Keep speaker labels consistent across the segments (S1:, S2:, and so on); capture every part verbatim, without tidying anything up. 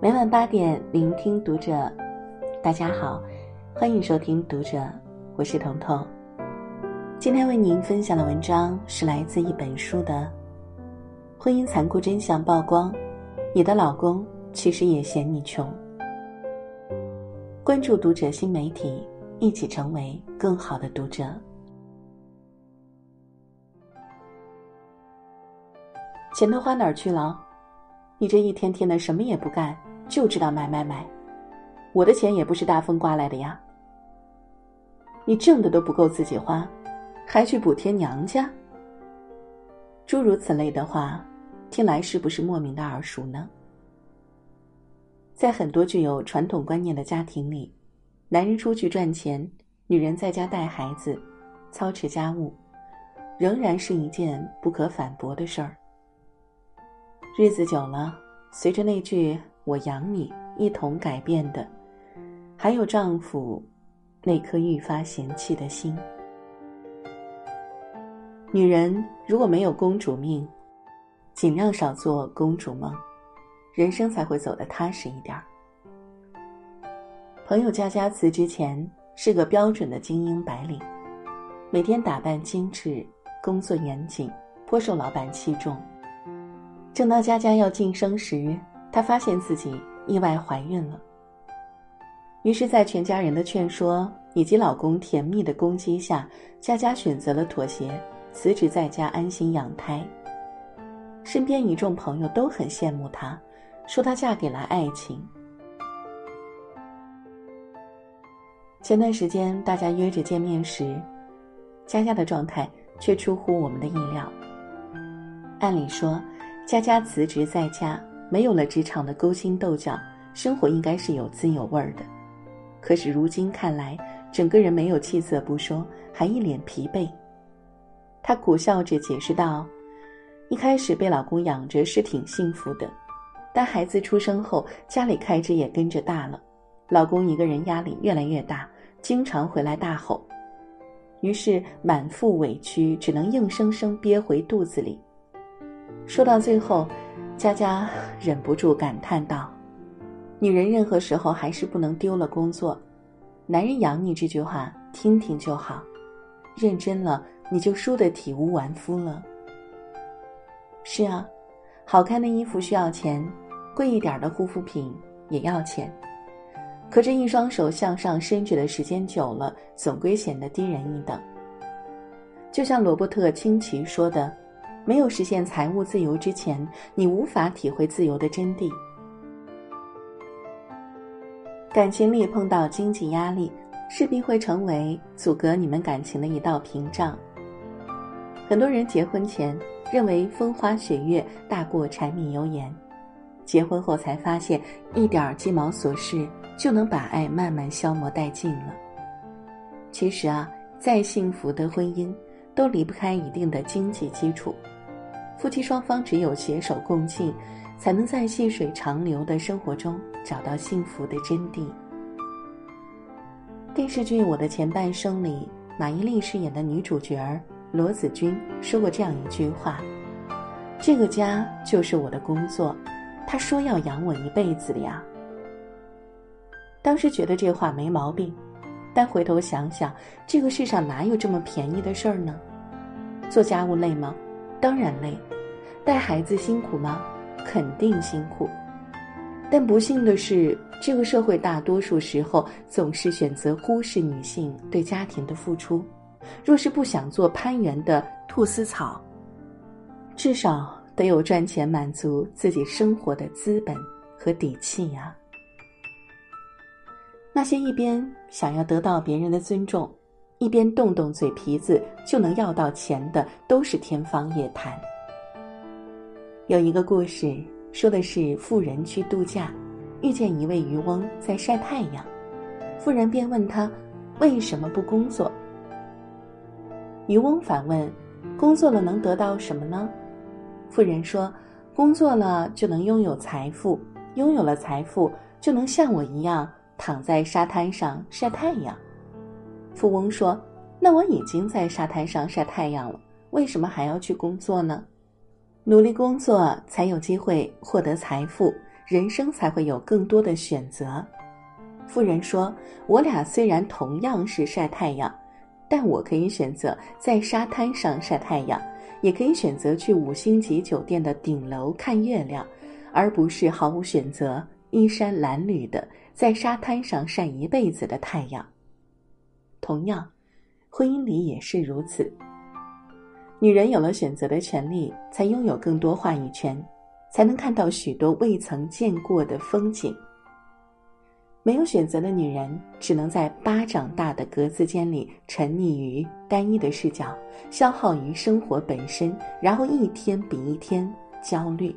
S1: 每晚八点，聆听读者。大家好，欢迎收听读者，我是彤彤。今天为您分享的文章是来自一本书的婚姻残酷真相曝光，你的老公其实也嫌你穷。关注读者新媒体，一起成为更好的读者。钱都花哪儿去了？你这一天天的什么也不干，就知道买买买。我的钱也不是大风刮来的呀。你挣的都不够自己花，还去补贴娘家？诸如此类的话，听来是不是莫名的耳熟呢？在很多具有传统观念的家庭里，男人出去赚钱，女人在家带孩子，操持家务，仍然是一件不可反驳的事儿。日子久了，随着那句我养你一同改变的，还有丈夫那颗愈发嫌弃的心。女人如果没有公主命，尽量少做公主梦，人生才会走得踏实一点。朋友佳佳辞职前是个标准的精英白领，每天打扮精致，工作严谨，颇受老板器重。正当佳佳要晋升时，她发现自己意外怀孕了。于是在全家人的劝说以及老公甜蜜的攻击下，佳佳选择了妥协，辞职在家安心养胎。身边一众朋友都很羡慕她，说她嫁给了爱情。前段时间大家约着见面时，佳佳的状态却出乎我们的意料。按理说佳佳辞职在家，没有了职场的勾心斗角，生活应该是有滋有味的。可是如今看来，整个人没有气色不说，还一脸疲惫。她苦笑着解释道，一开始被老公养着是挺幸福的，但孩子出生后，家里开支也跟着大了，老公一个人压力越来越大，经常回来大吼。于是满腹委屈只能硬生生憋回肚子里。说到最后，佳佳忍不住感叹道，女人任何时候还是不能丢了工作，男人养你这句话听听就好，认真了你就输得体无完肤了。是啊，好看的衣服需要钱，贵一点的护肤品也要钱，可这一双手向上伸直的时间久了，总归显得低人一等。就像罗伯特清崎说的，没有实现财务自由之前，你无法体会自由的真谛。感情里碰到经济压力，势必会成为阻隔你们感情的一道屏障。很多人结婚前认为风花雪月大过柴米油盐，结婚后才发现一点鸡毛琐事就能把爱慢慢消磨殆尽了。其实啊，再幸福的婚姻都离不开一定的经济基础，夫妻双方只有携手共进，才能在细水长流的生活中找到幸福的真谛。电视剧《我的前半生》里，马伊琍饰演的女主角儿罗子君说过这样一句话，这个家就是我的工作，他说要养我一辈子的呀。当时觉得这话没毛病，但回头想想，这个世上哪有这么便宜的事儿呢？做家务累吗？当然累。带孩子辛苦吗？肯定辛苦。但不幸的是，这个社会大多数时候总是选择忽视女性对家庭的付出。若是不想做攀援的菟丝草，至少得有赚钱满足自己生活的资本和底气呀。那些一边想要得到别人的尊重，一边动动嘴皮子就能要到钱的，都是天方夜谭。有一个故事说的是富人去度假，遇见一位渔翁在晒太阳，富人便问他为什么不工作。渔翁反问，工作了能得到什么呢？富人说，工作了就能拥有财富，拥有了财富就能像我一样躺在沙滩上晒太阳。富翁说，那我已经在沙滩上晒太阳了，为什么还要去工作呢？努力工作才有机会获得财富， 人生才会有更多的选择。富人说，我俩虽然同样是晒太阳，但我可以选择在沙滩上晒太阳，也可以选择去五星级酒店的顶楼看月亮，而不是毫无选择衣衫褴褛的在沙滩上晒一辈子的太阳。同样，婚姻里也是如此。女人有了选择的权利，才拥有更多话语权，才能看到许多未曾见过的风景。没有选择的女人，只能在巴掌大的格子间里沉溺于单一的视角，消耗于生活本身，然后一天比一天焦虑。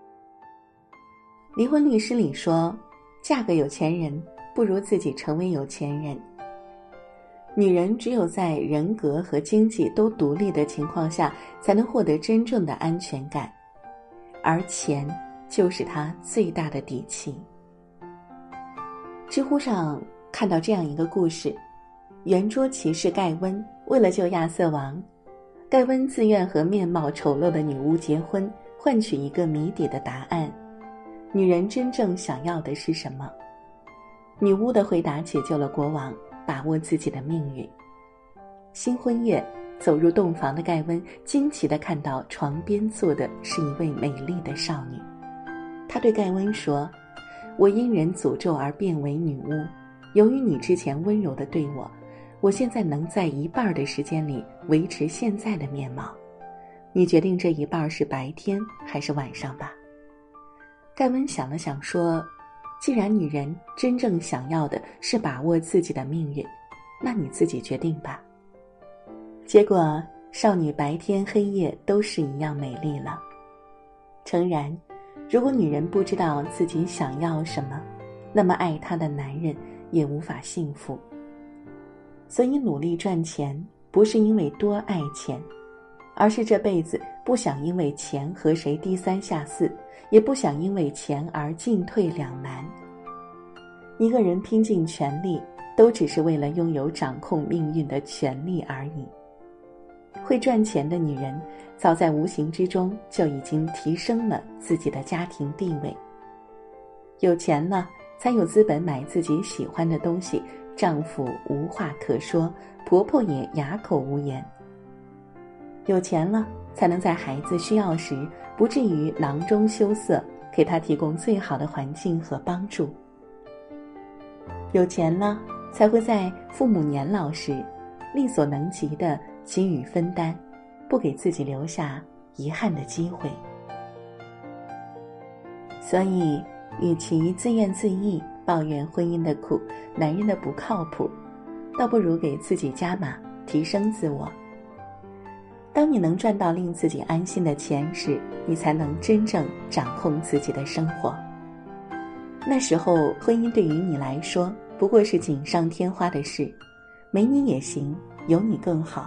S1: 离婚律师里说，嫁个有钱人不如自己成为有钱人。女人只有在人格和经济都独立的情况下，才能获得真正的安全感，而钱就是她最大的底气。知乎上看到这样一个故事，圆桌骑士盖温为了救亚瑟王，盖温自愿和面貌丑陋的女巫结婚，换取一个谜底的答案：女人真正想要的是什么？女巫的回答解救了国王，把握自己的命运。新婚夜，走入洞房的盖温惊奇地看到床边坐的是一位美丽的少女。她对盖温说，我因人诅咒而变为女巫，由于你之前温柔地对我，我现在能在一半的时间里维持现在的面貌。你决定这一半是白天还是晚上吧。盖温想了想说，既然女人真正想要的是把握自己的命运，那你自己决定吧。结果少女白天黑夜都是一样美丽了。诚然，如果女人不知道自己想要什么，那么爱她的男人也无法幸福。所以努力赚钱，不是因为多爱钱，而是这辈子不想因为钱和谁低三下四，也不想因为钱而进退两难。一个人拼尽全力，都只是为了拥有掌控命运的权利而已。会赚钱的女人，早在无形之中就已经提升了自己的家庭地位。有钱了，才有资本买自己喜欢的东西，丈夫无话可说，婆婆也哑口无言。有钱了，才能在孩子需要时不至于囊中羞涩，给他提供最好的环境和帮助。有钱了，才会在父母年老时力所能及的给予分担，不给自己留下遗憾的机会。所以与其自怨自艾，抱怨婚姻的苦，男人的不靠谱，倒不如给自己加码，提升自我。当你能赚到令自己安心的钱时，你才能真正掌控自己的生活。那时候婚姻对于你来说不过是锦上添花的事，没你也行，有你更好。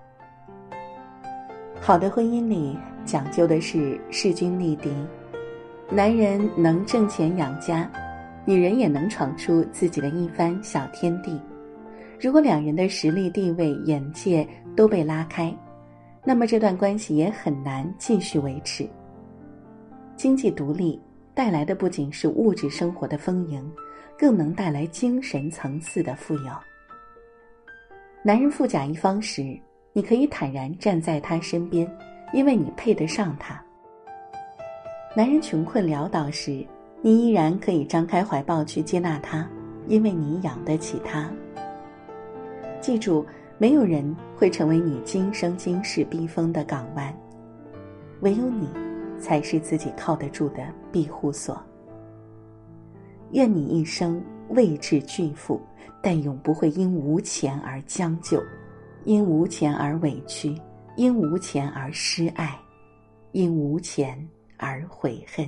S1: 好的婚姻里讲究的是势均力敌，男人能挣钱养家，女人也能闯出自己的一番小天地。如果两人的实力地位眼界都被拉开，那么这段关系也很难继续维持。经济独立带来的不仅是物质生活的丰盈，更能带来精神层次的富有。男人富甲一方时，你可以坦然站在他身边，因为你配得上他。男人穷困潦倒时，你依然可以张开怀抱去接纳他，因为你养得起他。记住，没有人会成为你今生今世避风的港湾，唯有你才是自己靠得住的庇护所。愿你一生未至巨富，但永不会因无钱而将就，因无钱而委屈，因无钱而失爱，因无钱而悔恨。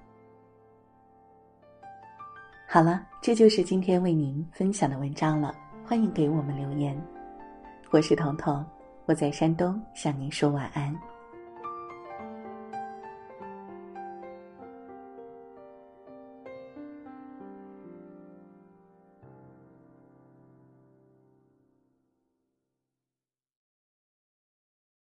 S1: 好了，这就是今天为您分享的文章了，欢迎给我们留言。我是彤彤，我在山东向您说晚安。